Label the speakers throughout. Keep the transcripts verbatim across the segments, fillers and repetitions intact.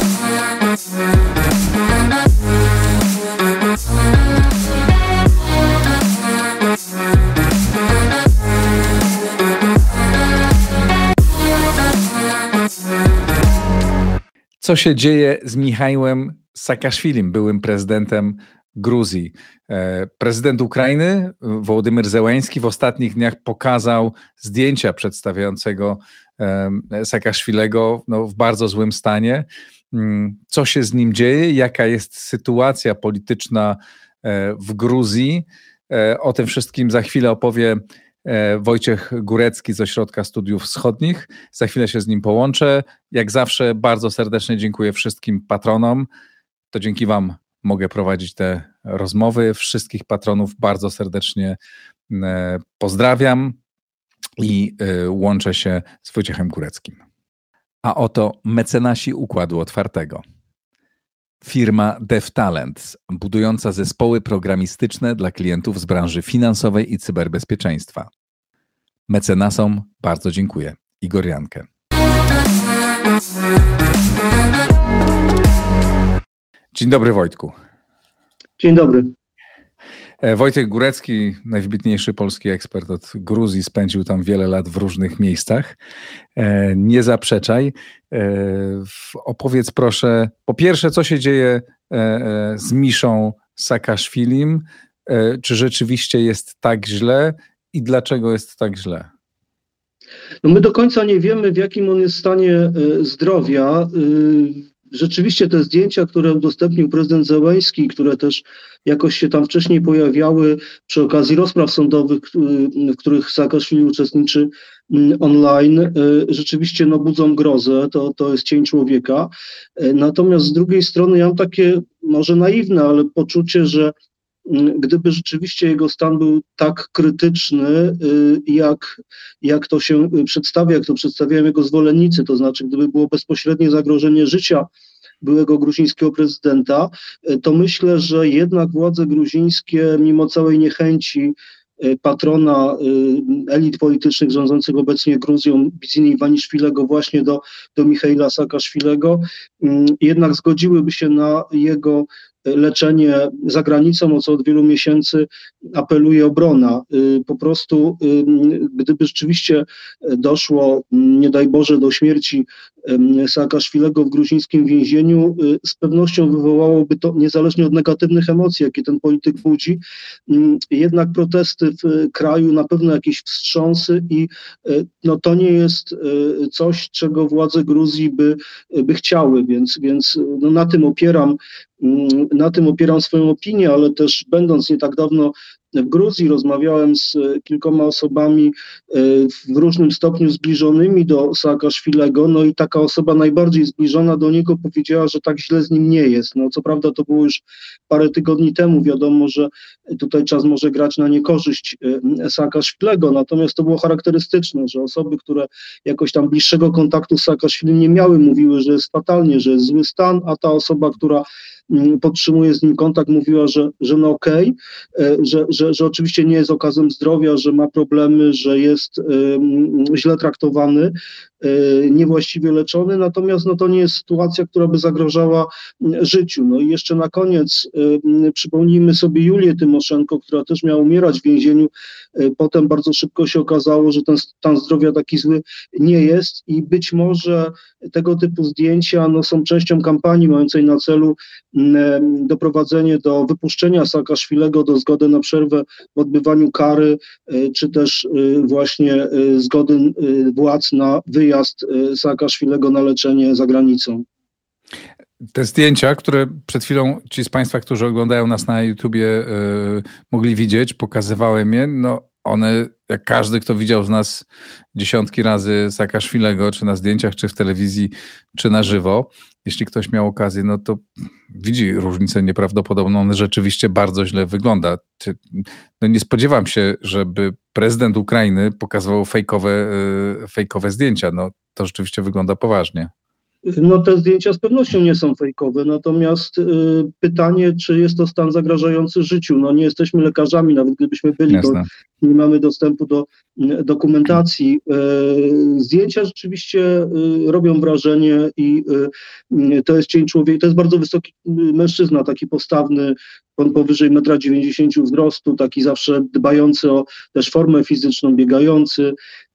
Speaker 1: Co się dzieje z Michaiłem Saakaszwilim, byłym prezydentem Gruzji? Prezydent Ukrainy, Wołodymyr Zełenski, w ostatnich dniach pokazał zdjęcia przedstawiającego Saakaszwilego no, w bardzo złym stanie. Co się z nim dzieje? Jaka jest sytuacja polityczna w Gruzji? O tym wszystkim za chwilę opowie Wojciech Górecki z Ośrodka Studiów Wschodnich. Za chwilę się z nim połączę. Jak zawsze bardzo serdecznie dziękuję wszystkim patronom. To dzięki wam mogę prowadzić te rozmowy. Wszystkich patronów bardzo serdecznie pozdrawiam i łączę się z Wojciechem Góreckim. A oto mecenasi Układu Otwartego. Firma DevTalent, budująca zespoły programistyczne dla klientów z branży finansowej i cyberbezpieczeństwa. Mecenasom bardzo dziękuję. Igor Jankę. Dzień dobry, Wojtku.
Speaker 2: Dzień dobry.
Speaker 1: Wojciech Górecki, najwybitniejszy polski ekspert od Gruzji, spędził tam wiele lat w różnych miejscach. Nie zaprzeczaj. Opowiedz proszę, po pierwsze, co się dzieje z Miszą Saakaszwilim? Czy rzeczywiście jest tak źle i dlaczego jest tak źle?
Speaker 2: No my do końca nie wiemy, w jakim on jest stanie zdrowia. Rzeczywiście te zdjęcia, które udostępnił prezydent Zełenski, które też jakoś się tam wcześniej pojawiały przy okazji rozpraw sądowych, w których Saakaszwili uczestniczy online, rzeczywiście no, budzą grozę, to, to jest cień człowieka. Natomiast z drugiej strony ja mam takie może naiwne, ale poczucie, że gdyby rzeczywiście jego stan był tak krytyczny, jak, jak to się przedstawia, jak to przedstawiają jego zwolennicy, to znaczy gdyby było bezpośrednie zagrożenie życia byłego gruzińskiego prezydenta, to myślę, że jednak władze gruzińskie, mimo całej niechęci patrona elit politycznych rządzących obecnie Gruzją, Bidziny Iwaniszwilego właśnie do, do Michaila Saakaszwilego, jednak zgodziłyby się na jego leczenie za granicą, o co od wielu miesięcy apeluje obrona. Po prostu, gdyby rzeczywiście doszło, nie daj Boże, do śmierci Saakaszwilego w gruzińskim więzieniu, z pewnością wywołałoby to, niezależnie od negatywnych emocji, jakie ten polityk budzi, jednak protesty w kraju, na pewno jakieś wstrząsy i no, to nie jest coś, czego władze Gruzji by, by chciały, więc, więc no, na tym opieram Na tym opieram swoją opinię, ale też będąc nie tak dawno w Gruzji, rozmawiałem z kilkoma osobami w różnym stopniu zbliżonymi do Saakaszwilego, no i taka osoba najbardziej zbliżona do niego powiedziała, że tak źle z nim nie jest. No co prawda to było już parę tygodni temu, wiadomo, że tutaj czas może grać na niekorzyść Saakaszwilego, natomiast to było charakterystyczne, że osoby, które jakoś tam bliższego kontaktu z Saakaszwilim nie miały, mówiły, że jest fatalnie, że jest zły stan, a ta osoba, która podtrzymuje z nim kontakt, mówiła, że, że no okej, okay, że, że, że oczywiście nie jest okazem zdrowia, że ma problemy, że jest um, źle traktowany, um, niewłaściwie leczony, natomiast no, to nie jest sytuacja, która by zagrażała życiu. No i jeszcze na koniec um, przypomnijmy sobie Julię Tymoszenko, która też miała umierać w więzieniu. Um, potem bardzo szybko się okazało, że ten stan zdrowia taki zły nie jest i być może tego typu zdjęcia no, są częścią kampanii mającej na celu doprowadzenie do wypuszczenia Saakaszwilego, do zgody na przerwę w odbywaniu kary, czy też właśnie zgody władz na wyjazd Saakaszwilego na leczenie za granicą.
Speaker 1: Te zdjęcia, które przed chwilą ci z Państwa, którzy oglądają nas na YouTubie, yy, mogli widzieć, pokazywałem je, no one, jak każdy, kto widział z nas dziesiątki razy Saakaszwilego, czy na zdjęciach, czy w telewizji, czy na żywo, jeśli ktoś miał okazję, no to widzi różnicę nieprawdopodobną. On rzeczywiście bardzo źle wygląda. No nie spodziewam się, żeby prezydent Ukrainy pokazywał fejkowe, fejkowe zdjęcia. No to rzeczywiście wygląda poważnie.
Speaker 2: No te zdjęcia z pewnością nie są fejkowe, natomiast y, pytanie, czy jest to stan zagrażający życiu. No nie jesteśmy lekarzami, nawet gdybyśmy byli, to
Speaker 1: Jasne.
Speaker 2: nie mamy dostępu do y, dokumentacji. Y, zdjęcia rzeczywiście y, robią wrażenie i y, y, to jest cień człowieka, to jest bardzo wysoki y, mężczyzna, taki postawny, on powyżej metra dziewięćdziesięciu wzrostu, taki zawsze dbający o też formę fizyczną, biegający.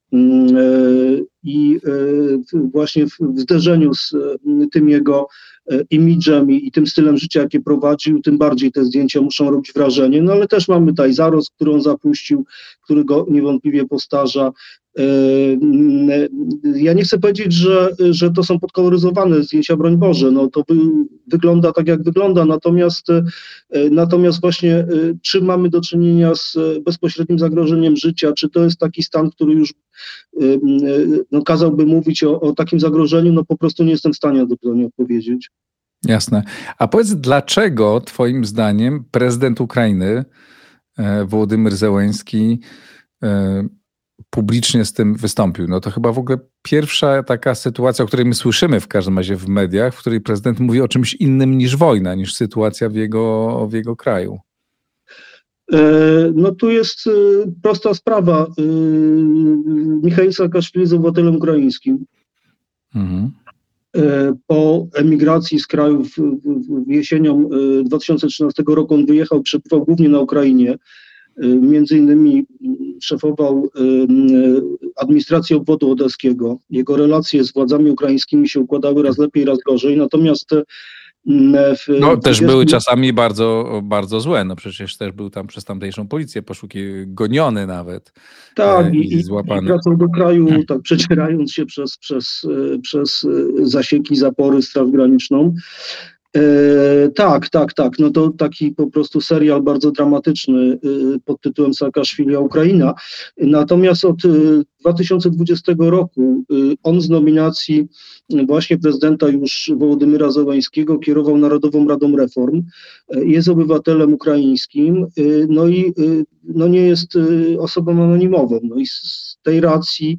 Speaker 2: I właśnie w zderzeniu z tym jego imidżem i tym stylem życia, jakie prowadził, tym bardziej te zdjęcia muszą robić wrażenie. No ale też mamy tutaj zarost, który on zapuścił, który go niewątpliwie postarza. Ja nie chcę powiedzieć, że, że to są podkoloryzowane zdjęcia, broń Boże, no to wy, wygląda tak, jak wygląda, natomiast, natomiast właśnie czy mamy do czynienia z bezpośrednim zagrożeniem życia, czy to jest taki stan, który już no, kazałby mówić o, o takim zagrożeniu, no po prostu nie jestem w stanie na to pytanie odpowiedzieć.
Speaker 1: Jasne. A powiedz, dlaczego twoim zdaniem prezydent Ukrainy, Wołodymyr Zełenski, publicznie z tym wystąpił? No to chyba w ogóle pierwsza taka sytuacja, o której my słyszymy w każdym razie w mediach, w której prezydent mówi o czymś innym niż wojna, niż sytuacja w jego, w jego kraju.
Speaker 2: No tu jest prosta sprawa. Michał Saakaszwili jest obywatelem ukraińskim. Mhm. Po emigracji z kraju w, w, jesienią dwa tysiące trzynastego roku on wyjechał, przebywał głównie na Ukrainie. Między innymi szefował administracji obwodu odeskiego. Jego relacje z władzami ukraińskimi się układały raz lepiej, raz gorzej. Natomiast w,
Speaker 1: no też w... były czasami bardzo, bardzo złe. No przecież też był tam przez tamtejszą policję poszukiwany, goniony nawet.
Speaker 2: Tak, i, i, i wracał do kraju, tak przecierając się przez, przez, przez zasieki, zapory, Straż Graniczną. E, tak, tak, tak. No to taki po prostu serial bardzo dramatyczny y, pod tytułem Saakaszwili Ukraina. Natomiast od y, dwa tysiące dwudziestego roku y, on z nominacji właśnie prezydenta już Wołodymyra Zełenskiego kierował Narodową Radą Reform. Y, jest obywatelem ukraińskim, y, no i y, no nie jest y, osobą anonimową. No i z tej racji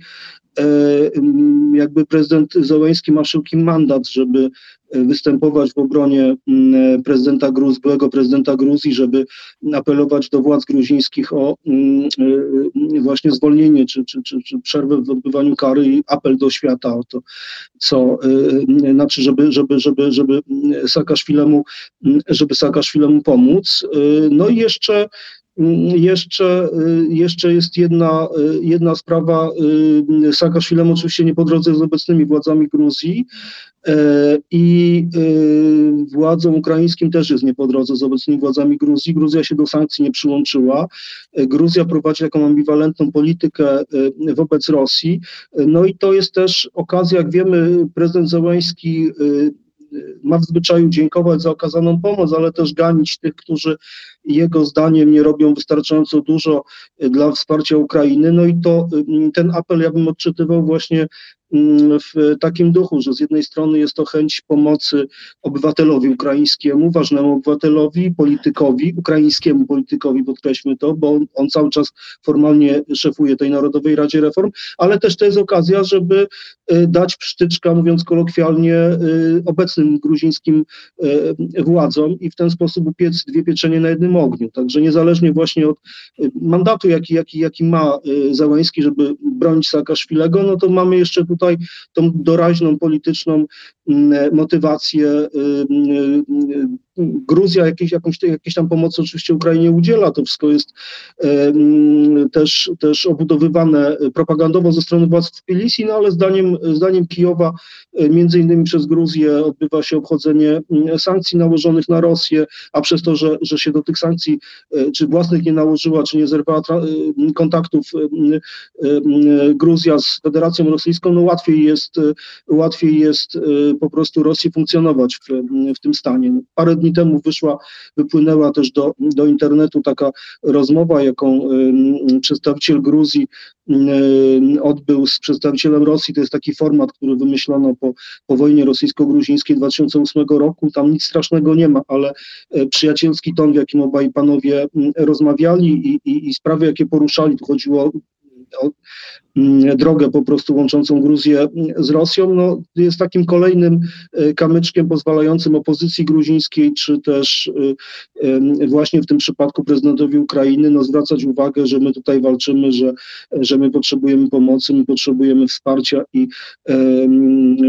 Speaker 2: jakby prezydent Zełenski ma wszelki mandat, żeby występować w obronie prezydenta Gruzji, byłego prezydenta Gruzji, żeby apelować do władz gruzińskich o właśnie zwolnienie czy, czy, czy, czy przerwę w odbywaniu kary i apel do świata o to, co znaczy, żeby, żeby, żeby, żeby Saakaszwilemu, żeby Saakaszwilemu pomóc. No i jeszcze Jeszcze, jeszcze jest jedna, jedna sprawa. Saakaszwilemu oczywiście nie po drodze z obecnymi władzami Gruzji i władzom ukraińskim też jest nie po drodze z obecnymi władzami Gruzji. Gruzja się do sankcji nie przyłączyła. Gruzja prowadzi taką ambiwalentną politykę wobec Rosji. No i to jest też okazja, jak wiemy, prezydent Zełenski ma w zwyczaju dziękować za okazaną pomoc, ale też ganić tych, którzy jego zdaniem nie robią wystarczająco dużo dla wsparcia Ukrainy. No i to ten apel ja bym odczytywał właśnie w takim duchu, że z jednej strony jest to chęć pomocy obywatelowi ukraińskiemu, ważnemu obywatelowi, politykowi, ukraińskiemu politykowi, podkreślmy to, bo on, on cały czas formalnie szefuje tej Narodowej Radzie Reform, ale też to jest okazja, żeby dać psztyczka, mówiąc kolokwialnie, obecnym gruzińskim władzom i w ten sposób upiec dwie pieczenie na jednym ogniu. Także niezależnie właśnie od mandatu, jaki, jaki, jaki ma Zełenski, żeby bronić Saakaszwilego, no to mamy jeszcze tutaj tą doraźną polityczną motywację. Gruzja jakiejś, jakąś, jakiejś tam pomocy oczywiście Ukrainie udziela, to wszystko jest też, też obudowywane propagandowo ze strony władz w Tbilisi, no ale zdaniem, zdaniem Kijowa, między innymi przez Gruzję, odbywa się obchodzenie sankcji nałożonych na Rosję, a przez to, że, że się do tych sankcji czy własnych nie nałożyła, czy nie zerwała kontaktów Gruzja z Federacją Rosyjską, no łatwiej jest, łatwiej jest po prostu Rosji funkcjonować w, w tym stanie. Parę dni temu wyszła, wypłynęła też do, do internetu taka rozmowa, jaką y, przedstawiciel Gruzji y, odbył z przedstawicielem Rosji. To jest taki format, który wymyślono po, po wojnie rosyjsko-gruzińskiej dwa tysiące ósmego roku. Tam nic strasznego nie ma, ale y, przyjacielski ton, w jakim obaj panowie y, rozmawiali i, i, i sprawy, jakie poruszali, tu chodziło drogę po prostu łączącą Gruzję z Rosją, no, jest takim kolejnym kamyczkiem pozwalającym opozycji gruzińskiej, czy też właśnie w tym przypadku prezydentowi Ukrainy, no, zwracać uwagę, że my tutaj walczymy, że, że my potrzebujemy pomocy, my potrzebujemy wsparcia i um,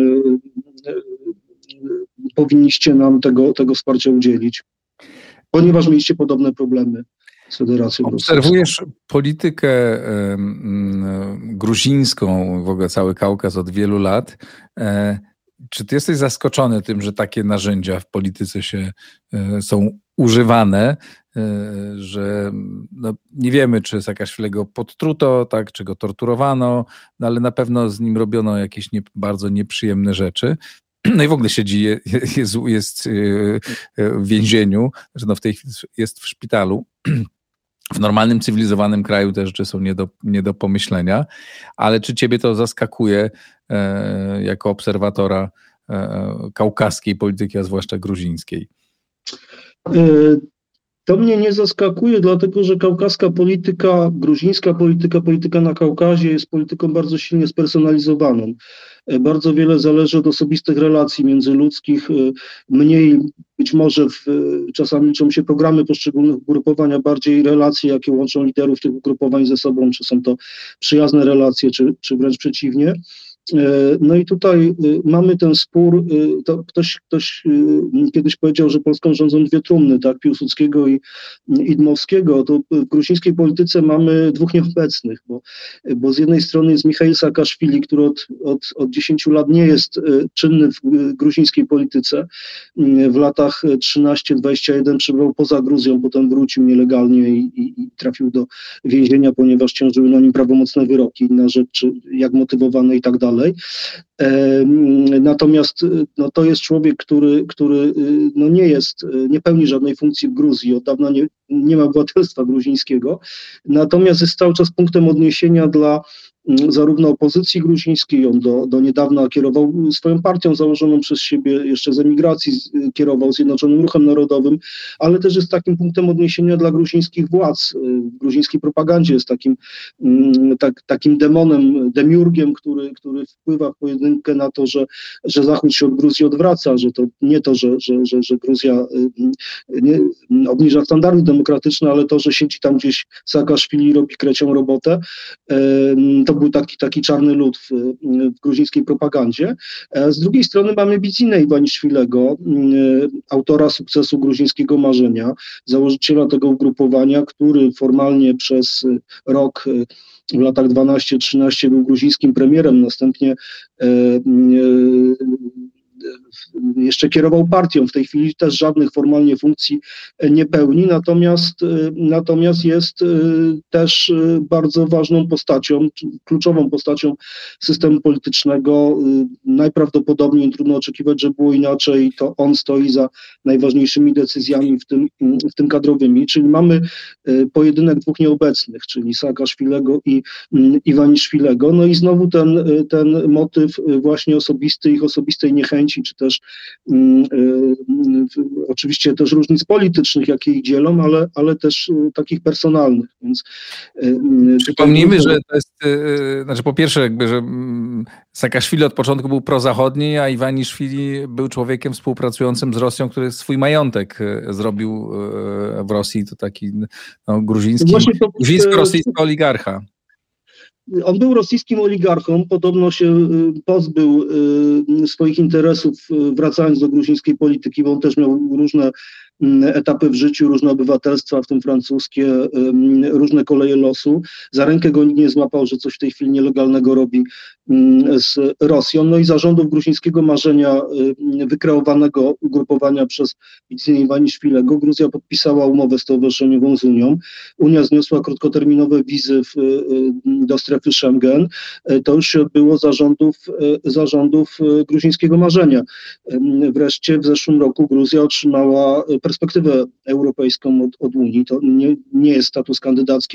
Speaker 2: powinniście nam tego, tego wsparcia udzielić, ponieważ mieliście podobne problemy z Federacją Rosyjską.
Speaker 1: Obserwujesz politykę um, gruzińską, w ogóle cały Kaukaz od wielu lat. E, czy ty jesteś zaskoczony tym, że takie narzędzia w polityce się e, są używane, e, że no, nie wiemy, czy Saakaszwilego podtruto, tak, czy go torturowano, no, ale na pewno z nim robiono jakieś nie, bardzo nieprzyjemne rzeczy. No i w ogóle siedzi, jest, jest w więzieniu, że no w tej chwili jest w szpitalu. W normalnym, cywilizowanym kraju te rzeczy są nie do, nie do pomyślenia, ale czy ciebie to zaskakuje e, jako obserwatora e, kaukaskiej polityki, a zwłaszcza gruzińskiej?
Speaker 2: To mnie nie zaskakuje, dlatego że kaukaska polityka, gruzińska polityka, polityka na Kaukazie jest polityką bardzo silnie spersonalizowaną. Bardzo wiele zależy od osobistych relacji międzyludzkich, mniej być może w, czasami liczą się programy poszczególnych ugrupowań, a bardziej relacje, jakie łączą liderów tych ugrupowań ze sobą, czy są to przyjazne relacje, czy, czy wręcz przeciwnie. No i tutaj mamy ten spór, to ktoś, ktoś kiedyś powiedział, że Polską rządzą dwie trumny, tak, Piłsudskiego i, i Dmowskiego. To w gruzińskiej polityce mamy dwóch nieobecnych, bo, bo z jednej strony jest Michail Saakaszwili, który od, od, od dziesięciu lat nie jest czynny w gruzińskiej polityce. W latach trzynaście dwadzieścia jeden przebywał poza Gruzją, potem wrócił nielegalnie i, i, i trafił do więzienia, ponieważ ciążyły na nim prawomocne wyroki na rzecz, czy jak motywowane i tak dalej. Natomiast no, to jest człowiek, który, który no, nie jest, nie pełni żadnej funkcji w Gruzji, od dawna nie, nie ma obywatelstwa gruzińskiego, natomiast jest cały czas punktem odniesienia dla zarówno opozycji gruzińskiej, on do, do niedawna kierował swoją partią założoną przez siebie, jeszcze z emigracji kierował Zjednoczonym Ruchem Narodowym, ale też jest takim punktem odniesienia dla gruzińskich władz. W gruzińskiej propagandzie jest takim, tak, takim demonem, demiurgiem, który, który wpływa w pojedynkę na to, że, że Zachód się od Gruzji odwraca, że to nie to, że, że, że, że Gruzja nie, obniża standardy demokratyczne, ale to, że siedzi tam gdzieś Saakaszwili i robi krecią robotę. To był taki, taki czarny lud w, w gruzińskiej propagandzie. Z drugiej strony mamy Bidzina Iwaniszwilego, autora sukcesu gruzińskiego marzenia, założyciela tego ugrupowania, który formalnie przez rok w latach dwanaście trzynaście był gruzińskim premierem, następnie e, e, jeszcze kierował partią, w tej chwili też żadnych formalnie funkcji nie pełni, natomiast, natomiast jest też bardzo ważną postacią, kluczową postacią systemu politycznego. Najprawdopodobniej trudno oczekiwać, że było inaczej, to on stoi za najważniejszymi decyzjami, w tym, w tym kadrowymi, czyli mamy pojedynek dwóch nieobecnych, czyli Saakaszwilego i Iwaniszwilego, no i znowu ten, ten motyw właśnie osobisty, ich osobistej niechęci, czy też um, um, oczywiście też różnic politycznych, jakie ich dzielą, ale, ale też um, takich personalnych. Więc,
Speaker 1: um, Przypomnijmy, tutaj... że to jest, yy, znaczy po pierwsze jakby, że um, Saakaszwili od początku był prozachodni, a Iwaniszwili był człowiekiem współpracującym z Rosją, który swój majątek yy, zrobił yy, w Rosji, to taki no, gruziński, to, gruzińsko-rosyjski oligarcha.
Speaker 2: On był rosyjskim oligarchą, podobno się pozbył swoich interesów, wracając do gruzińskiej polityki, bo on też miał różne etapy w życiu, różne obywatelstwa, w tym francuskie, różne koleje losu. Za rękę go nikt nie złapał, że coś w tej chwili nielegalnego robi z Rosją. No i zarządów gruzińskiego marzenia, wykreowanego ugrupowania przez Bidzina Iwaniszwilego, Gruzja podpisała umowę stowarzyszeniową z Unią. Unia zniosła krótkoterminowe wizy w, do strefy Schengen. To już się odbyło zarządów, zarządów gruzińskiego marzenia. Wreszcie w zeszłym roku Gruzja otrzymała perspektywę europejską od, od Unii. To nie, nie jest status kandydacki,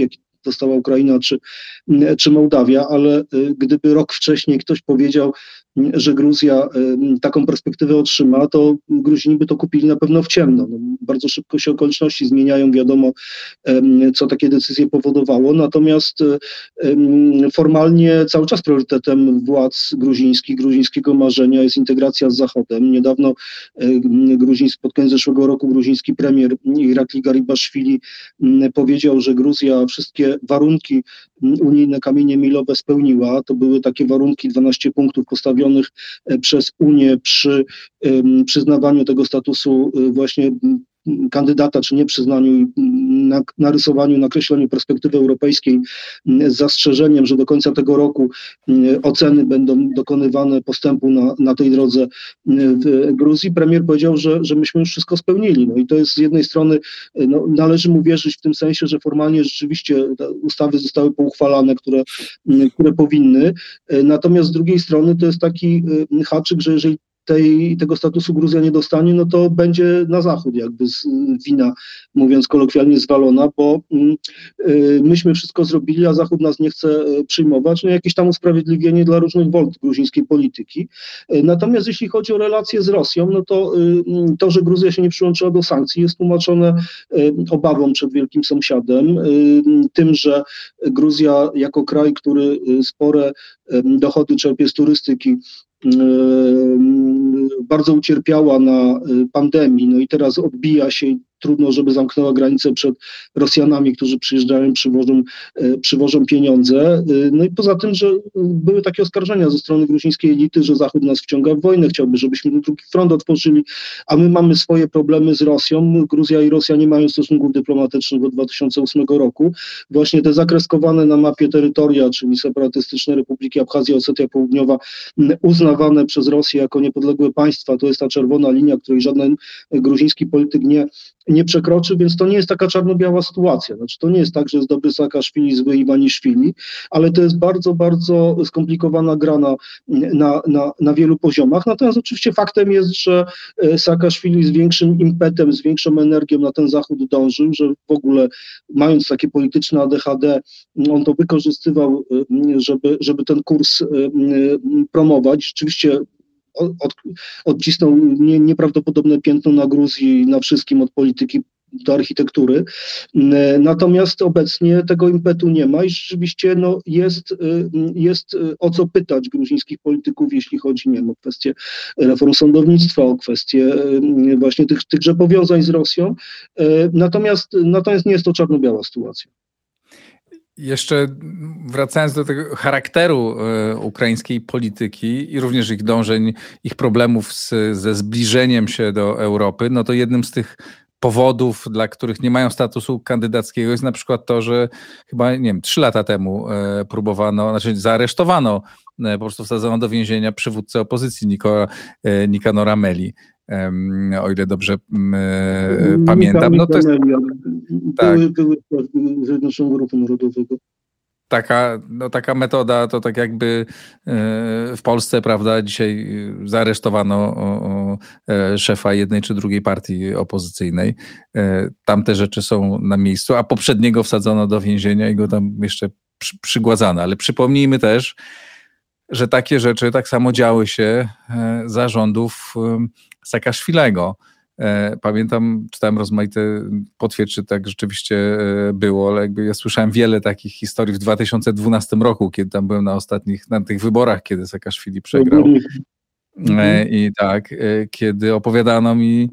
Speaker 2: dostała Ukraina czy, czy Mołdawia, ale gdyby rok wcześniej ktoś powiedział, że Gruzja taką perspektywę otrzyma, to Gruzini by to kupili na pewno w ciemno. No, bardzo szybko się okoliczności zmieniają, wiadomo, co takie decyzje powodowało, natomiast formalnie cały czas priorytetem władz gruzińskich, gruzińskiego marzenia jest integracja z Zachodem. Niedawno gruziński, pod koniec zeszłego roku gruziński premier Irakli Garibaszwili powiedział, że Gruzja wszystkie warunki unijne, kamienie milowe spełniła. To były takie warunki, dwanaście punktów postawionych przez Unię przy przyznawaniu tego statusu właśnie kandydata, czy nieprzyznaniu, na, narysowaniu, nakreśleniu perspektywy europejskiej z zastrzeżeniem, że do końca tego roku oceny będą dokonywane postępu na, na tej drodze w Gruzji. Premier powiedział, że, że myśmy już wszystko spełnili. No i to jest z jednej strony, no, należy mu wierzyć w tym sensie, że formalnie rzeczywiście te ustawy zostały pouchwalane, które, które powinny. Natomiast z drugiej strony to jest taki haczyk, że jeżeli Tej, tego statusu Gruzja nie dostanie, no to będzie na Zachód jakby z, wina, mówiąc kolokwialnie, zwalona, bo y, myśmy wszystko zrobili, a Zachód nas nie chce przyjmować. No jakieś tam usprawiedliwienie dla różnych wolt gruzińskiej polityki. Y, natomiast jeśli chodzi o relacje z Rosją, no to y, to, że Gruzja się nie przyłączyła do sankcji, jest tłumaczone y, obawą przed wielkim sąsiadem, y, tym, że Gruzja jako kraj, który spore y, dochody czerpie z turystyki, bardzo ucierpiała na pandemii, no i teraz odbija się. Trudno, żeby zamknęła granicę przed Rosjanami, którzy przyjeżdżają, przywożą, przywożą pieniądze. No i poza tym, że były takie oskarżenia ze strony gruzińskiej elity, że Zachód nas wciąga w wojnę, chciałby, żebyśmy drugi front otworzyli, a my mamy swoje problemy z Rosją. Gruzja i Rosja nie mają stosunków dyplomatycznych od dwa tysiące ósmego roku. Właśnie te zakreskowane na mapie terytoria, czyli separatystyczne republiki Abchazja, Osetia Południowa, uznawane przez Rosję jako niepodległe państwa, to jest ta czerwona linia, której żaden gruziński polityk nie nie przekroczy, więc to nie jest taka czarno-biała sytuacja. Znaczy, to nie jest tak, że jest dobry Saakaszwili, zły Iwaniszwili, ale to jest bardzo, bardzo skomplikowana gra na, na, na, na wielu poziomach. Natomiast oczywiście faktem jest, że Saakaszwili z większym impetem, z większą energią na ten Zachód dążył, że w ogóle mając takie polityczne A D H D, on to wykorzystywał, żeby, żeby ten kurs promować. Rzeczywiście Od, odcisnął nie, nieprawdopodobne piętno na Gruzji, na wszystkim, od polityki do architektury. Natomiast obecnie tego impetu nie ma i rzeczywiście no, jest, jest o co pytać gruzińskich polityków, jeśli chodzi, nie wiem, o kwestie reform sądownictwa, o kwestie właśnie tych, tychże powiązań z Rosją. Natomiast, natomiast nie jest to czarno-biała sytuacja.
Speaker 1: Jeszcze wracając do tego charakteru y, ukraińskiej polityki i również ich dążeń, ich problemów z, ze zbliżeniem się do Europy, no to jednym z tych powodów, dla których nie mają statusu kandydackiego, jest na przykład to, że chyba, nie wiem, trzy lata temu y, próbowano, znaczy zaaresztowano, y, po prostu wsadzono do więzienia przywódcę opozycji Niko, y, Nikanora Meli. Um, o ile dobrze um, e, pamiętam. No to jest, tak.
Speaker 2: Były, były Zjednoczonego Ruchu Narodowego.
Speaker 1: Taka, no, taka metoda to tak jakby e, w Polsce, prawda, dzisiaj zaaresztowano o, o, e, szefa jednej czy drugiej partii opozycyjnej. E, tam te rzeczy są na miejscu, a poprzedniego wsadzono do więzienia i go tam jeszcze przy, przygładzano. Ale przypomnijmy też, że takie rzeczy tak samo działy się e, za rządów e, Saakaszwilego. Pamiętam, czytałem rozmaite, potwierdź, czy tak rzeczywiście było, ale jakby ja słyszałem wiele takich historii w dwa tysiące dwunastym roku, kiedy tam byłem na ostatnich, na tych wyborach, kiedy Saakaszwili przegrał. Mhm. I tak, kiedy opowiadano mi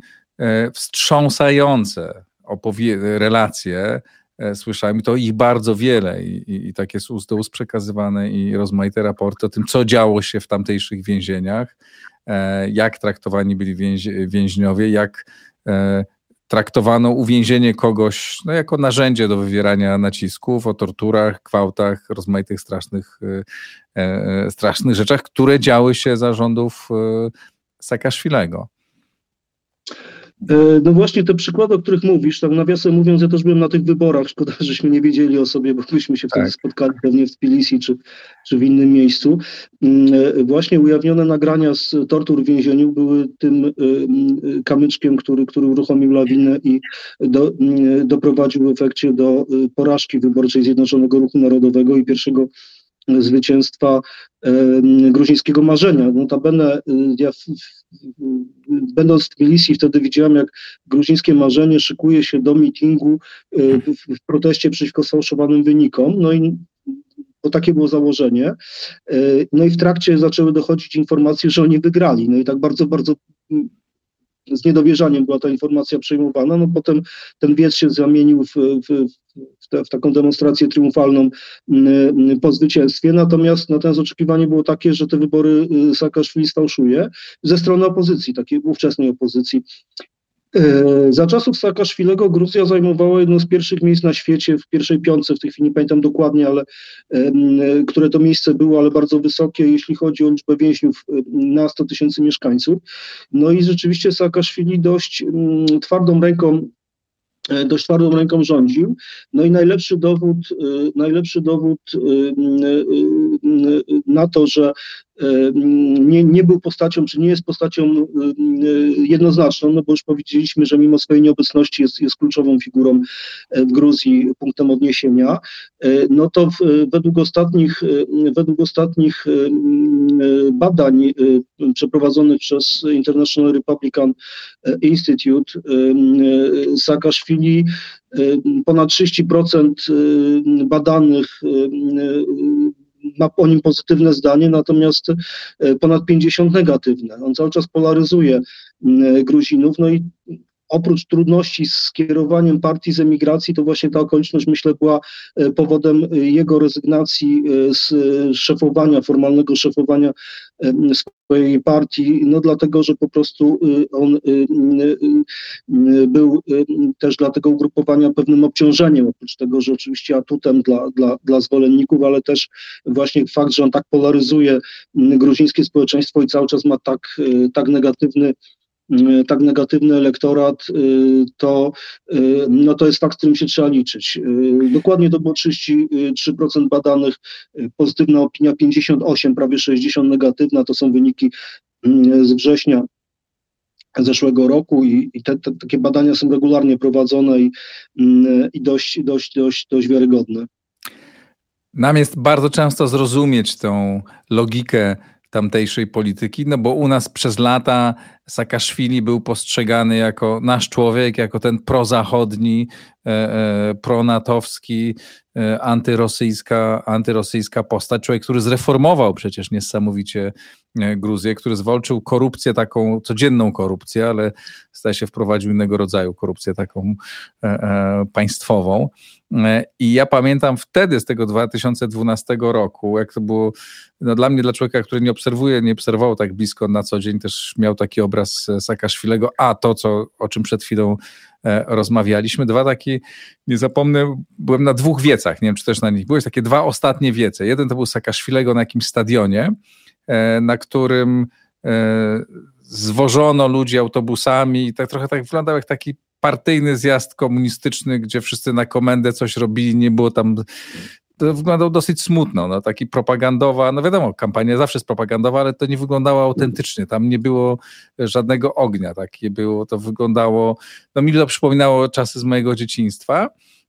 Speaker 1: wstrząsające opowie- relacje, słyszałem, i to ich bardzo wiele i, i, i tak jest z ust do ust przekazywane i rozmaite raporty o tym, co działo się w tamtejszych więzieniach, jak traktowani byli więź, więźniowie, jak e, traktowano uwięzienie kogoś no, jako narzędzie do wywierania nacisków, o torturach, gwałtach, rozmaitych strasznych, e, e, strasznych rzeczach, które działy się za rządów e, Saakaszwilego.
Speaker 2: No właśnie te przykłady, o których mówisz, tak nawiasem mówiąc, ja też byłem na tych wyborach, szkoda, żeśmy nie wiedzieli o sobie, bo byśmy się wtedy
Speaker 1: Tak.
Speaker 2: spotkali pewnie w Tbilisi czy, czy w innym miejscu. Właśnie ujawnione nagrania z tortur w więzieniu były tym kamyczkiem, który, który uruchomił lawinę i do, doprowadził w efekcie do porażki wyborczej Zjednoczonego Ruchu Narodowego i pierwszego zwycięstwa e, gruzińskiego marzenia. Notabene ja w, w, będąc w Tbilisi wtedy widziałem, jak gruzińskie marzenie szykuje się do mitingu e, w, w proteście przeciwko sfałszowanym wynikom. No i bo takie było założenie. E, no i w trakcie zaczęły dochodzić informacje, że oni wygrali. No i tak bardzo, bardzo z niedowierzaniem była ta informacja przejmowana. No potem ten wiec się zamienił w, w, w, te, w taką demonstrację triumfalną po zwycięstwie. Natomiast, natomiast oczekiwanie było takie, że te wybory Saakaszwili sfałszuje ze strony opozycji, takiej ówczesnej opozycji. Za czasów Saakaszwilego Gruzja zajmowała jedno z pierwszych miejsc na świecie, w pierwszej piątce, w tej chwili nie pamiętam dokładnie, ale które to miejsce było, ale bardzo wysokie, jeśli chodzi o liczbę więźniów na sto tysięcy mieszkańców. No i rzeczywiście Saakaszwili dość twardą ręką dość twardą ręką rządził. No i najlepszy dowód, najlepszy dowód na to, że nie, nie był postacią, czy nie jest postacią jednoznaczną, no bo już powiedzieliśmy, że mimo swojej nieobecności jest, jest kluczową figurą w Gruzji, punktem odniesienia, no to w, według ostatnich, według ostatnich badań przeprowadzonych przez International Republican Institute, Saakaszwili ponad trzydzieści procent badanych ma o nim pozytywne zdanie, natomiast ponad pięćdziesiąt negatywne. On cały czas polaryzuje Gruzinów, no i oprócz trudności z skierowaniem partii z emigracji, to właśnie ta okoliczność, myślę, była powodem jego rezygnacji z szefowania, formalnego szefowania swojej partii, no dlatego, że po prostu on był też dla tego ugrupowania pewnym obciążeniem, oprócz tego, że oczywiście atutem dla, dla, dla zwolenników, ale też właśnie fakt, że on tak polaryzuje gruzińskie społeczeństwo i cały czas ma tak, tak negatywny tak negatywny elektorat, to, no to jest fakt, z którym się trzeba liczyć. Dokładnie to było trzydzieści trzy procent badanych, pozytywna opinia pięćdziesiąt osiem, prawie sześćdziesiąt negatywna, to są wyniki z września zeszłego roku i, i te, te, takie badania są regularnie prowadzone i, i dość, dość, dość, dość wiarygodne.
Speaker 1: Nam jest bardzo często zrozumieć tą logikę tamtejszej polityki, no bo u nas przez lata Saakaszwili był postrzegany jako nasz człowiek, jako ten prozachodni, e, e, pronatowski, e, antyrosyjska, antyrosyjska postać, człowiek, który zreformował przecież niesamowicie Gruzję, który zwalczył korupcję, taką codzienną korupcję, ale zdaje się wprowadził innego rodzaju korupcję, taką e, e, państwową. I ja pamiętam wtedy z tego dwa tysiące dwunastego roku, jak to było, no dla mnie, dla człowieka, który nie obserwuje, nie obserwował tak blisko na co dzień, też miał taki obraz Saakaszwilego, a to, co, o czym przed chwilą e, rozmawialiśmy, dwa takie, nie zapomnę, byłem na dwóch wiecach, nie wiem, czy też na nich, były takie dwa ostatnie wiece. Jeden to był Saakaszwilego na jakimś stadionie, e, na którym e, zwożono ludzi autobusami i tak trochę tak wyglądał jak taki partyjny zjazd komunistyczny, gdzie wszyscy na komendę coś robili, nie było tam, to wyglądało dosyć smutno, no, taki propagandowa, no wiadomo, kampania zawsze jest propagandowa, ale to nie wyglądało autentycznie, tam nie było żadnego ognia, takie było, to wyglądało, no mi to przypominało czasy z mojego dzieciństwa,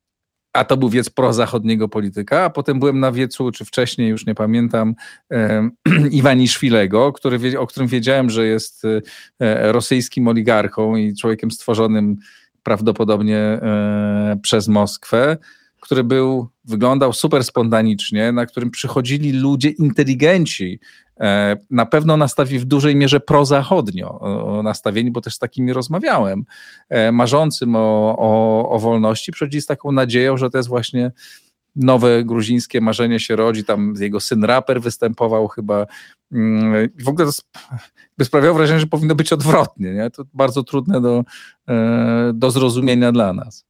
Speaker 1: a to był wiec prozachodniego polityka, a potem byłem na wiecu, czy wcześniej, już nie pamiętam, e, Iwaniszwilego, który, o którym wiedziałem, że jest e, rosyjskim oligarchą i człowiekiem stworzonym prawdopodobnie e, przez Moskwę, który był, wyglądał super spontanicznie, na którym przychodzili ludzie inteligenci, e, na pewno nastawi w dużej mierze prozachodnio nastawieni, bo też z takimi rozmawiałem, e, marzącym o, o, o wolności, przychodzi z taką nadzieją, że to jest właśnie nowe gruzińskie marzenie się rodzi, tam jego syn raper występował chyba, mm, w ogóle to by sprawiało wrażenie, że powinno być odwrotnie, nie? To bardzo trudne do, e, do zrozumienia dla nas.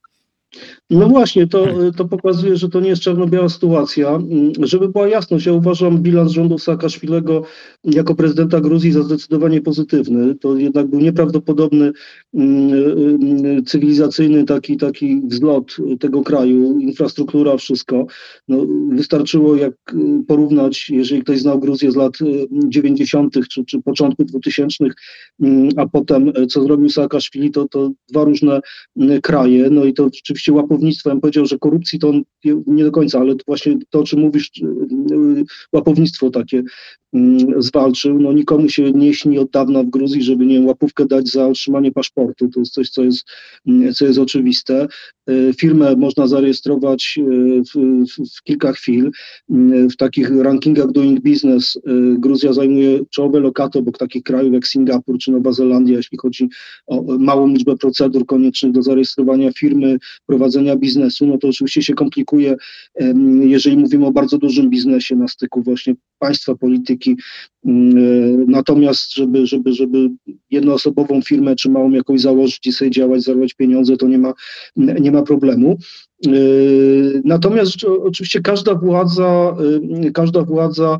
Speaker 2: No właśnie, to, to pokazuje, że to nie jest czarno-biała sytuacja. Żeby była jasność, ja uważam bilans rządów Saakaszwilego jako prezydenta Gruzji za zdecydowanie pozytywny. To jednak był nieprawdopodobny cywilizacyjny taki, taki wzlot tego kraju, infrastruktura, wszystko. No, wystarczyło jak porównać, jeżeli ktoś znał Gruzję z lat dziewięćdziesiątych czy, czy początku dwutysięcznych, a potem co zrobił Saakaszwili, to, to dwa różne kraje. No i to rzeczywiście łapownictwo, ja bym powiedział, że korupcji to on nie do końca, ale to właśnie to, o czym mówisz, łapownictwo takie zwalczył. No nikomu się nie śni od dawna w Gruzji, żeby, nie wiem, łapówkę dać za otrzymanie paszportu. To jest coś, co jest, co jest oczywiste. Firmę można zarejestrować w, w, w kilka chwil. W takich rankingach Doing Business Gruzja zajmuje czołowe lokaty obok takich krajów jak Singapur czy Nowa Zelandia, jeśli chodzi o małą liczbę procedur koniecznych do zarejestrowania firmy, prowadzenia biznesu. No to oczywiście się komplikuje, jeżeli mówimy o bardzo dużym biznesie na styku właśnie państwa, polityki. Natomiast żeby, żeby, żeby jednoosobową firmę czy małą jakąś założyć i sobie działać, zarabiać pieniądze, to nie ma, nie ma problemu. Natomiast oczywiście każda władza, każda władza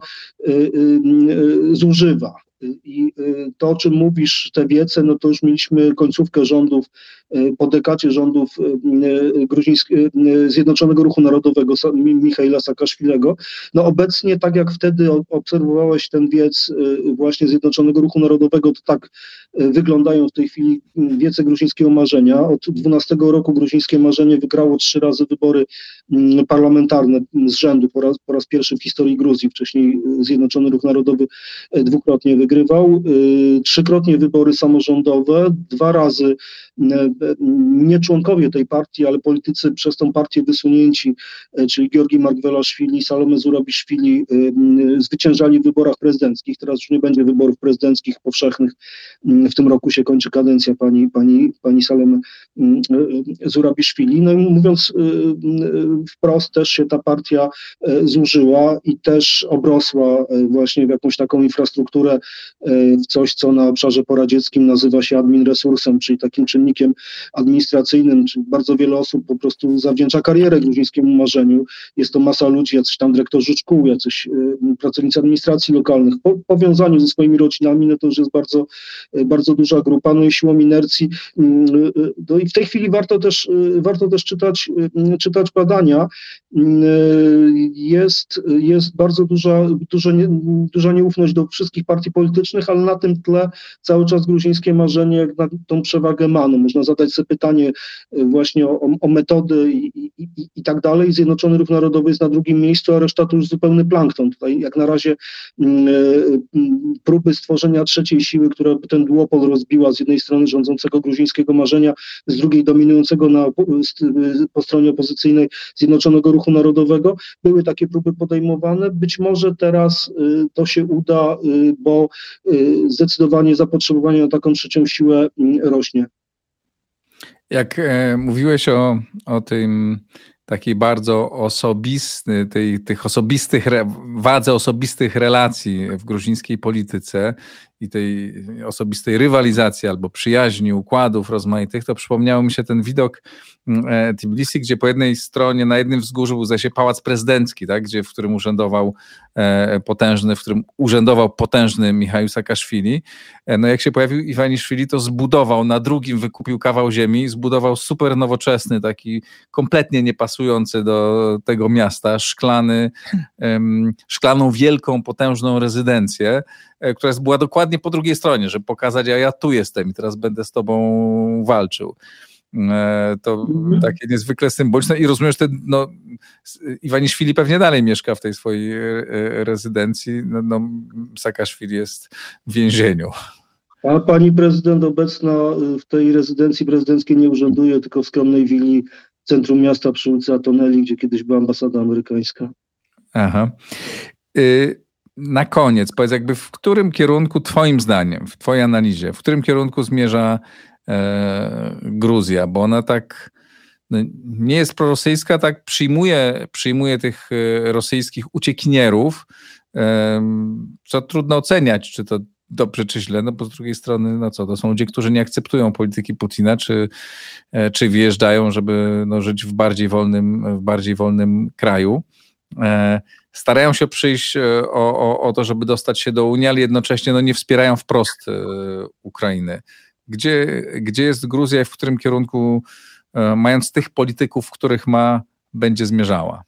Speaker 2: zużywa. I to, o czym mówisz, te wiece, no to już mieliśmy końcówkę rządów, po dekadzie rządów Zjednoczonego Ruchu Narodowego Michaila Saakaszwilego. No obecnie, tak jak wtedy obserwowałeś ten wiec właśnie Zjednoczonego Ruchu Narodowego, to tak wyglądają w tej chwili wiece gruzińskiego marzenia. Od dwunastego roku gruzińskie marzenie wygrało trzy razy wybory parlamentarne z rzędu, po raz, po raz pierwszy w historii Gruzji. Wcześniej Zjednoczony Ruch Narodowy dwukrotnie wygrywał, trzykrotnie wybory samorządowe, dwa razy nie członkowie tej partii, ale politycy przez tą partię wysunięci, czyli Georgi Margvelashvili, Salome Zurabiszwili, zwyciężali w wyborach prezydenckich. Teraz już nie będzie wyborów prezydenckich powszechnych. W tym roku się kończy kadencja pani, pani, pani Salome Zurabiszwili. No i mówiąc wprost, też się ta partia zużyła i też obrosła właśnie w jakąś taką infrastrukturę, w coś, co na obszarze poradzieckim nazywa się admin resursem, czyli takim czynnikiem administracyjnym, czyli bardzo wiele osób po prostu zawdzięcza karierę gruzińskiemu marzeniu. Jest to masa ludzi, jacyś tam dyrektorzy szkół, jacyś pracownicy administracji lokalnych. Po powiązaniu ze swoimi rodzinami, no to już jest bardzo, bardzo duża grupa, no i siłą inercji. No i w tej chwili warto też, warto też czytać, czytać badania. Jest, jest bardzo duża, duża, nie, duża nieufność do wszystkich partii politycznych, ale na tym tle cały czas gruzińskie marzenie jak na tą przewagę ma. No, można zadać sobie pytanie właśnie o, o metody i, i, i, i tak dalej. Zjednoczony Ruch Narodowy jest na drugim miejscu, a reszta to już zupełny plankton. Tutaj jak na razie mm, próby stworzenia trzeciej siły, która by ten duopol rozbiła, z jednej strony rządzącego gruzińskiego marzenia, z drugiej dominującego na, po stronie opozycyjnej Zjednoczonego Ruchu Narodowego. Były takie próby podejmowane. Być może teraz y, to się uda, y, bo y, zdecydowanie zapotrzebowanie na taką trzecią siłę y, rośnie.
Speaker 1: Jak e, mówiłeś o, o tym takiej bardzo osobisty, tej, tych osobistych, wadze osobistych relacji w gruzińskiej polityce i tej osobistej rywalizacji albo przyjaźni, układów rozmaitych, to przypomniał mi się ten widok Tbilisi, gdzie po jednej stronie, na jednym wzgórzu był zaś pałac prezydencki, tak, gdzie, w którym urzędował potężny, w którym urzędował potężny Michał Saakaszwili. No jak się pojawił Iwaniszwili, to zbudował, na drugim wykupił kawał ziemi, zbudował super nowoczesny, taki kompletnie niepasujący do tego miasta, szklany, szklaną, wielką, potężną rezydencję, która była dokładnie po drugiej stronie, żeby pokazać, a ja tu jestem i teraz będę z tobą walczył. To mm. takie niezwykle symboliczne i rozumiem, że ten, no, Iwaniszwili pewnie dalej mieszka w tej swojej rezydencji, no, no, Saakaszwili jest w więzieniu.
Speaker 2: A pani prezydent obecna w tej rezydencji prezydenckiej nie urzęduje, tylko w skromnej willi w centrum miasta przy ulicy Atoneli, gdzie kiedyś była ambasada amerykańska. Aha.
Speaker 1: Y Na koniec, powiedz, jakby w którym kierunku twoim zdaniem, w twojej analizie, w którym kierunku zmierza e, Gruzja, bo ona tak no, nie jest prorosyjska, tak przyjmuje, przyjmuje tych rosyjskich uciekinierów, e, co trudno oceniać, czy to dobrze czy źle, no bo z drugiej strony, no co, to są ludzie, którzy nie akceptują polityki Putina, czy, czy wyjeżdżają, żeby no, żyć w bardziej wolnym, w bardziej wolnym kraju. Starają się przyjść o, o, o to, żeby dostać się do Unii, ale jednocześnie no, nie wspierają wprost Ukrainy. Gdzie, gdzie jest Gruzja i w którym kierunku, mając tych polityków, których ma, będzie zmierzała?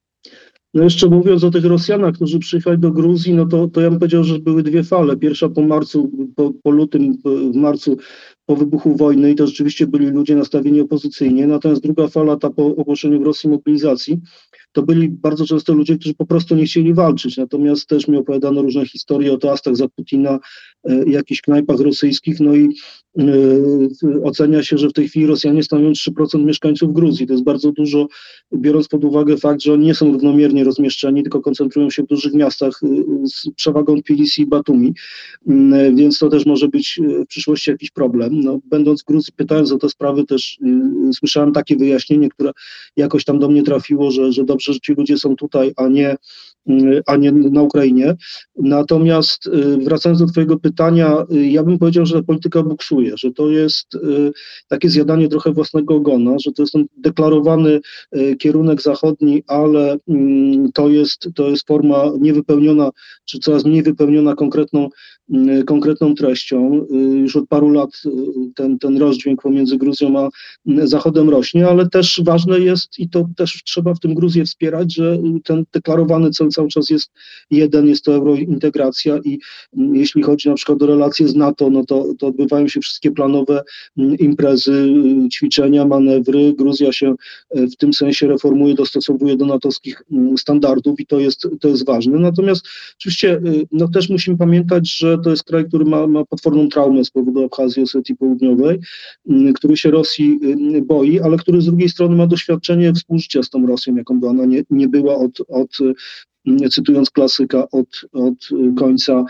Speaker 2: No jeszcze mówiąc o tych Rosjanach, którzy przyjechali do Gruzji, no to, to ja bym powiedział, że były dwie fale. Pierwsza po marcu, po, po lutym, w marcu, po wybuchu wojny i to rzeczywiście byli ludzie nastawieni opozycyjnie, natomiast druga fala, ta po ogłoszeniu w Rosji mobilizacji, to byli bardzo często ludzie, którzy po prostu nie chcieli walczyć, natomiast też mi opowiadano różne historie o toastach za Putina, e, jakichś knajpach rosyjskich, no i e, ocenia się, że w tej chwili Rosjanie stanowią trzy procent mieszkańców Gruzji. To jest bardzo dużo, biorąc pod uwagę fakt, że oni nie są równomiernie rozmieszczeni, tylko koncentrują się w dużych miastach z przewagą Tbilisi i Batumi, e, więc to też może być w przyszłości jakiś problem. No, będąc w Gruzji, pytając o te sprawy, też e, słyszałem takie wyjaśnienie, które jakoś tam do mnie trafiło, że, że dobrze, że ci ludzie są tutaj, a nie, a nie na Ukrainie. Natomiast wracając do twojego pytania, ja bym powiedział, że polityka buksuje, że to jest takie zjadanie trochę własnego ogona, że to jest ten deklarowany kierunek zachodni, ale to jest, to jest forma niewypełniona, czy coraz mniej wypełniona konkretną, konkretną treścią. Już od paru lat ten, ten rozdźwięk pomiędzy Gruzją a Zachodem rośnie, ale też ważne jest, i to też trzeba w tym Gruzję wspierać, że ten deklarowany cel cały czas jest jeden, jest to eurointegracja i jeśli chodzi na przykład o relacje z NATO, no to, to odbywają się wszystkie planowe imprezy, ćwiczenia, manewry. Gruzja się w tym sensie reformuje, dostosowuje do natowskich standardów i to jest, to jest ważne. Natomiast oczywiście no też musimy pamiętać, że to jest kraj, który ma, ma potworną traumę z powodu Abchazji, Osetii Południowej, który się Rosji boi, ale który z drugiej strony ma doświadczenie współżycia z tą Rosją, jaką by ona nie, nie była od, od cytując klasyka, od, od końca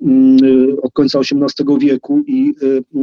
Speaker 2: od końca osiemnastego wieku i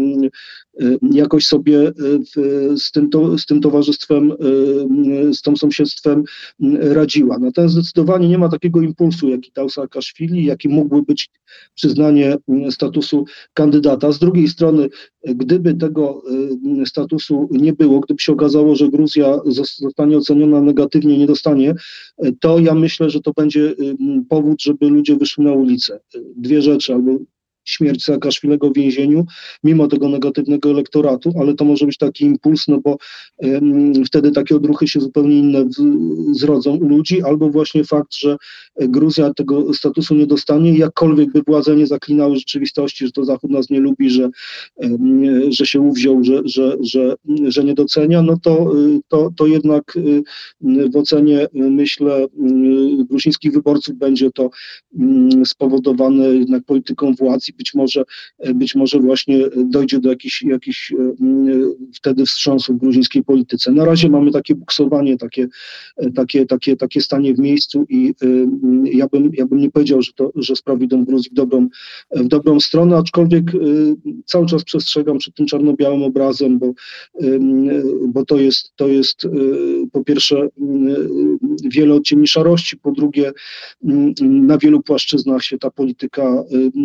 Speaker 2: jakoś sobie z tym, to, z tym towarzystwem, z tym sąsiedztwem radziła. Natomiast zdecydowanie nie ma takiego impulsu, jaki dał Saakaszwili, jaki mógłby być przyznanie statusu kandydata. Z drugiej strony, gdyby tego statusu nie było, gdyby się okazało, że Gruzja zostanie oceniona negatywnie, nie dostanie, to ja myślę, że to będzie powód, żeby ludzie wyszli na ulicę. Dwie rzeczy, albo śmierć Saakaszwilego w więzieniu, mimo tego negatywnego elektoratu, ale to może być taki impuls, no bo um, wtedy takie odruchy się zupełnie inne w, zrodzą u ludzi, albo właśnie fakt, że Gruzja tego statusu nie dostanie, jakkolwiek by władze nie zaklinały rzeczywistości, że to Zachód nas nie lubi, że, um, że się uwziął, że, że, że, że nie docenia, no to, to, to jednak w ocenie, myślę, gruzińskich wyborców będzie to um, spowodowane jednak polityką władz. Być może, być może właśnie dojdzie do jakichś, jakichś wtedy wstrząsów w gruzińskiej polityce. Na razie mamy takie buksowanie, takie, takie, takie, takie stanie w miejscu i ja bym, ja bym nie powiedział, że, to, że sprawy idą w Gruzji w dobrą, w dobrą stronę, aczkolwiek cały czas przestrzegam przed tym czarno-białym obrazem, bo, bo to jest, to jest po pierwsze wiele odcieni szarości, po drugie na wielu płaszczyznach się ta polityka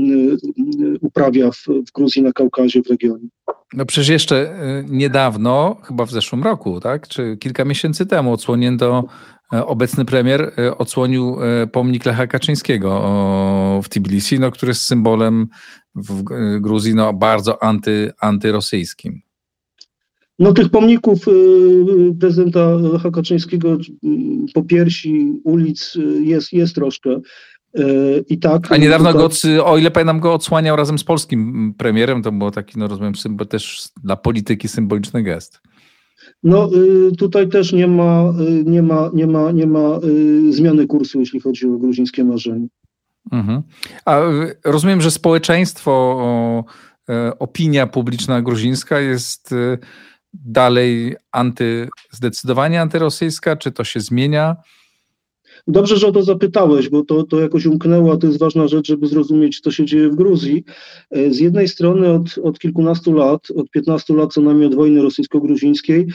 Speaker 2: uprawia w, w Gruzji, na Kaukazie, w regionie.
Speaker 1: No przecież jeszcze niedawno, chyba w zeszłym roku, tak, czy kilka miesięcy temu odsłonięto, obecny premier odsłonił pomnik Lecha Kaczyńskiego w Tbilisi, no, który jest symbolem w Gruzji no, bardzo anty, antyrosyjskim.
Speaker 2: No tych pomników y, prezydenta Lecha Kaczyńskiego po piersi ulic jest, jest troszkę. I tak,
Speaker 1: A niedawno
Speaker 2: tak,
Speaker 1: go, o ile pamiętam, go odsłaniał razem z polskim premierem, to było taki, no rozumiem, symbol, też dla polityki symboliczny gest.
Speaker 2: No tutaj też nie ma, nie ma, nie ma, nie ma zmiany kursu, jeśli chodzi o gruzińskie marzenie.
Speaker 1: Mhm. A rozumiem, że społeczeństwo, opinia publiczna gruzińska jest dalej anty, zdecydowanie antyrosyjska, czy to się zmienia?
Speaker 2: Dobrze, że o to zapytałeś, bo to, to jakoś umknęło, a to jest ważna rzecz, żeby zrozumieć, co się dzieje w Gruzji. Z jednej strony od, od kilkunastu lat, od piętnastu lat co najmniej od wojny rosyjsko-gruzińskiej,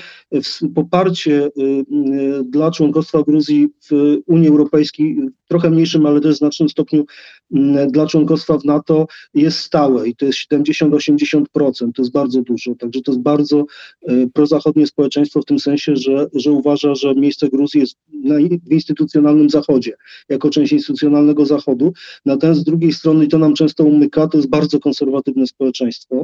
Speaker 2: poparcie dla członkostwa Gruzji w Unii Europejskiej, w trochę mniejszym, ale też znacznym stopniu dla członkostwa w NATO jest stałe i to jest siedemdziesiąt do osiemdziesięciu procent, to jest bardzo dużo, także to jest bardzo prozachodnie społeczeństwo w tym sensie, że, że uważa, że miejsce Gruzji jest na, w instytucjonalnym Zachodzie, jako część instytucjonalnego Zachodu, natomiast z drugiej strony, i to nam często umyka, to jest bardzo konserwatywne społeczeństwo,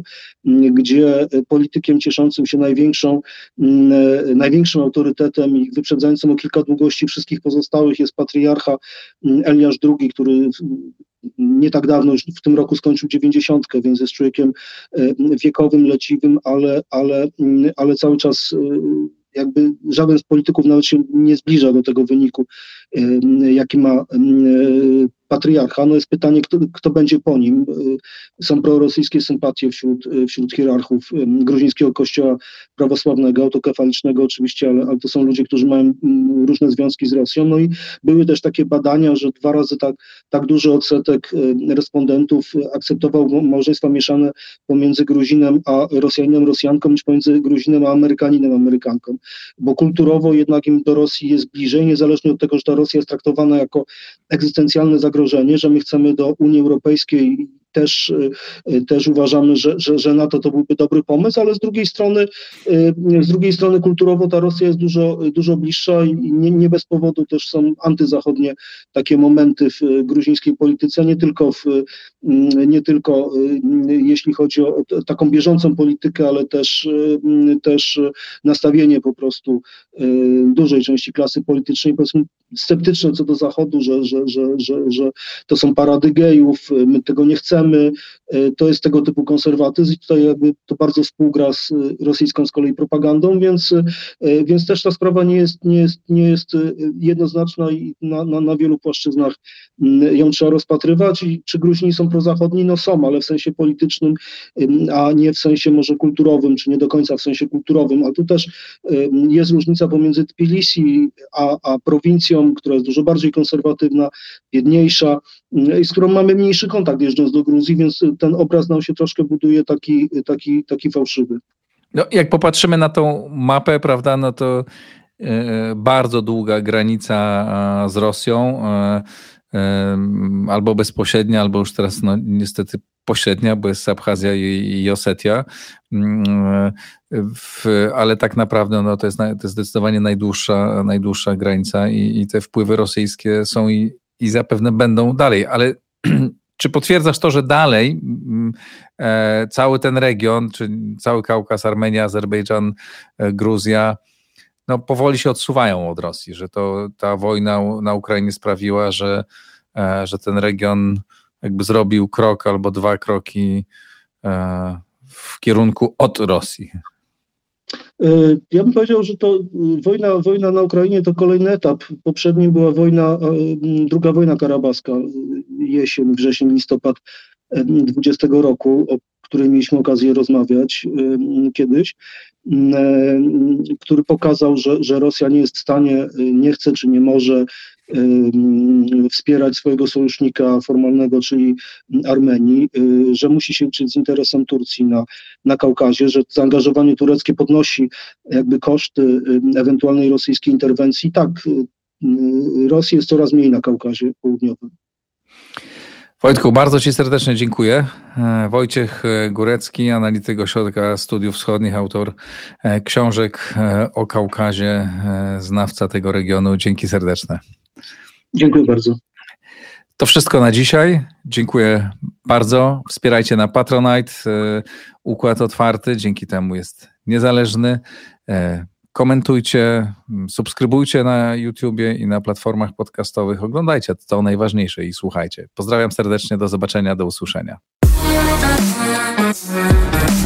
Speaker 2: gdzie politykiem cieszącym się największą, największym autorytetem i wyprzedzającym o kilka długości wszystkich pozostałych jest patriarcha Eliasz drugi, który nie tak dawno, już w tym roku skończył dziewięćdziesiątkę, więc jest człowiekiem wiekowym, leciwym, ale, ale, ale cały czas jakby żaden z polityków nawet się nie zbliża do tego wyniku, jaki ma patriarcha. No jest pytanie, kto, kto będzie po nim. Są prorosyjskie sympatie wśród, wśród hierarchów gruzińskiego kościoła prawosławnego, autokefalicznego oczywiście, ale, ale to są ludzie, którzy mają różne związki z Rosją. No i były też takie badania, że dwa razy tak, tak duży odsetek respondentów akceptował małżeństwa mieszane pomiędzy Gruzinem a Rosjaninem, Rosjanką, niż pomiędzy Gruzinem a Amerykaninem, Amerykanką. Bo kulturowo jednak im do Rosji jest bliżej, niezależnie od tego, że ta Rosja jest traktowana jako egzystencjalne zagrożenie, że my chcemy do Unii Europejskiej, też, też uważamy, że, że, że NATO to byłby dobry pomysł, ale z drugiej strony z drugiej strony kulturowo ta Rosja jest dużo, dużo bliższa i nie, nie bez powodu też są antyzachodnie takie momenty w gruzińskiej polityce, nie tylko, w, nie tylko jeśli chodzi o taką bieżącą politykę, ale też, też nastawienie po prostu dużej części klasy politycznej, powiedzmy sceptyczne co do Zachodu, że, że, że, że, że to są parady gejów, my tego nie chcemy, to jest tego typu konserwatyzm i tutaj jakby to bardzo współgra z rosyjską z kolei propagandą, więc, więc też ta sprawa nie jest, nie jest, nie jest jednoznaczna i na, na, na wielu płaszczyznach ją trzeba rozpatrywać. I czy Gruzini są prozachodni? No są, ale w sensie politycznym, a nie w sensie może kulturowym, czy nie do końca w sensie kulturowym, a tu też jest różnica pomiędzy Tbilisi a, a prowincją, która jest dużo bardziej konserwatywna, biedniejsza i z którą mamy mniejszy kontakt jeżdżąc do Gruzji, więc ten obraz nam się troszkę buduje taki, taki, taki fałszywy.
Speaker 1: No, jak popatrzymy na tą mapę, prawda, no to e, bardzo długa granica z Rosją, e, e, albo bezpośrednia, albo już teraz no, niestety pośrednia, bo jest Abchazja i, i Osetia, e, w, ale tak naprawdę no, to, jest, to jest zdecydowanie najdłuższa, najdłuższa granica i, i te wpływy rosyjskie są i, i zapewne będą dalej, ale czy potwierdzasz to, że dalej e, cały ten region, czy cały Kaukaz, Armenia, Azerbejdżan, e, Gruzja, no powoli się odsuwają od Rosji, że to ta wojna na Ukrainie sprawiła, że, e, że ten region jakby zrobił krok albo dwa kroki e, w kierunku od Rosji?
Speaker 2: Ja bym powiedział, że to wojna, wojna na Ukrainie to kolejny etap. Poprzednim była wojna, druga wojna karabaska, jesień, wrzesień, listopad dwudziestego roku, o której mieliśmy okazję rozmawiać kiedyś, który pokazał, że, że Rosja nie jest w stanie, nie chce czy nie może wspierać swojego sojusznika formalnego, czyli Armenii, że musi się liczyć z interesem Turcji na, na Kaukazie, że zaangażowanie tureckie podnosi jakby koszty ewentualnej rosyjskiej interwencji. Tak, Rosji jest coraz mniej na Kaukazie Południowym.
Speaker 1: Wojtku, bardzo Ci serdecznie dziękuję. Wojciech Górecki, analityk Ośrodka Studiów Wschodnich, autor książek o Kaukazie, znawca tego regionu. Dzięki serdeczne.
Speaker 2: Dziękuję bardzo.
Speaker 1: To wszystko na dzisiaj. Dziękuję bardzo. Wspierajcie na Patronite. Układ otwarty, dzięki temu jest niezależny. Komentujcie, subskrybujcie na YouTubie i na platformach podcastowych. Oglądajcie, to najważniejsze i słuchajcie. Pozdrawiam serdecznie, do zobaczenia, do usłyszenia.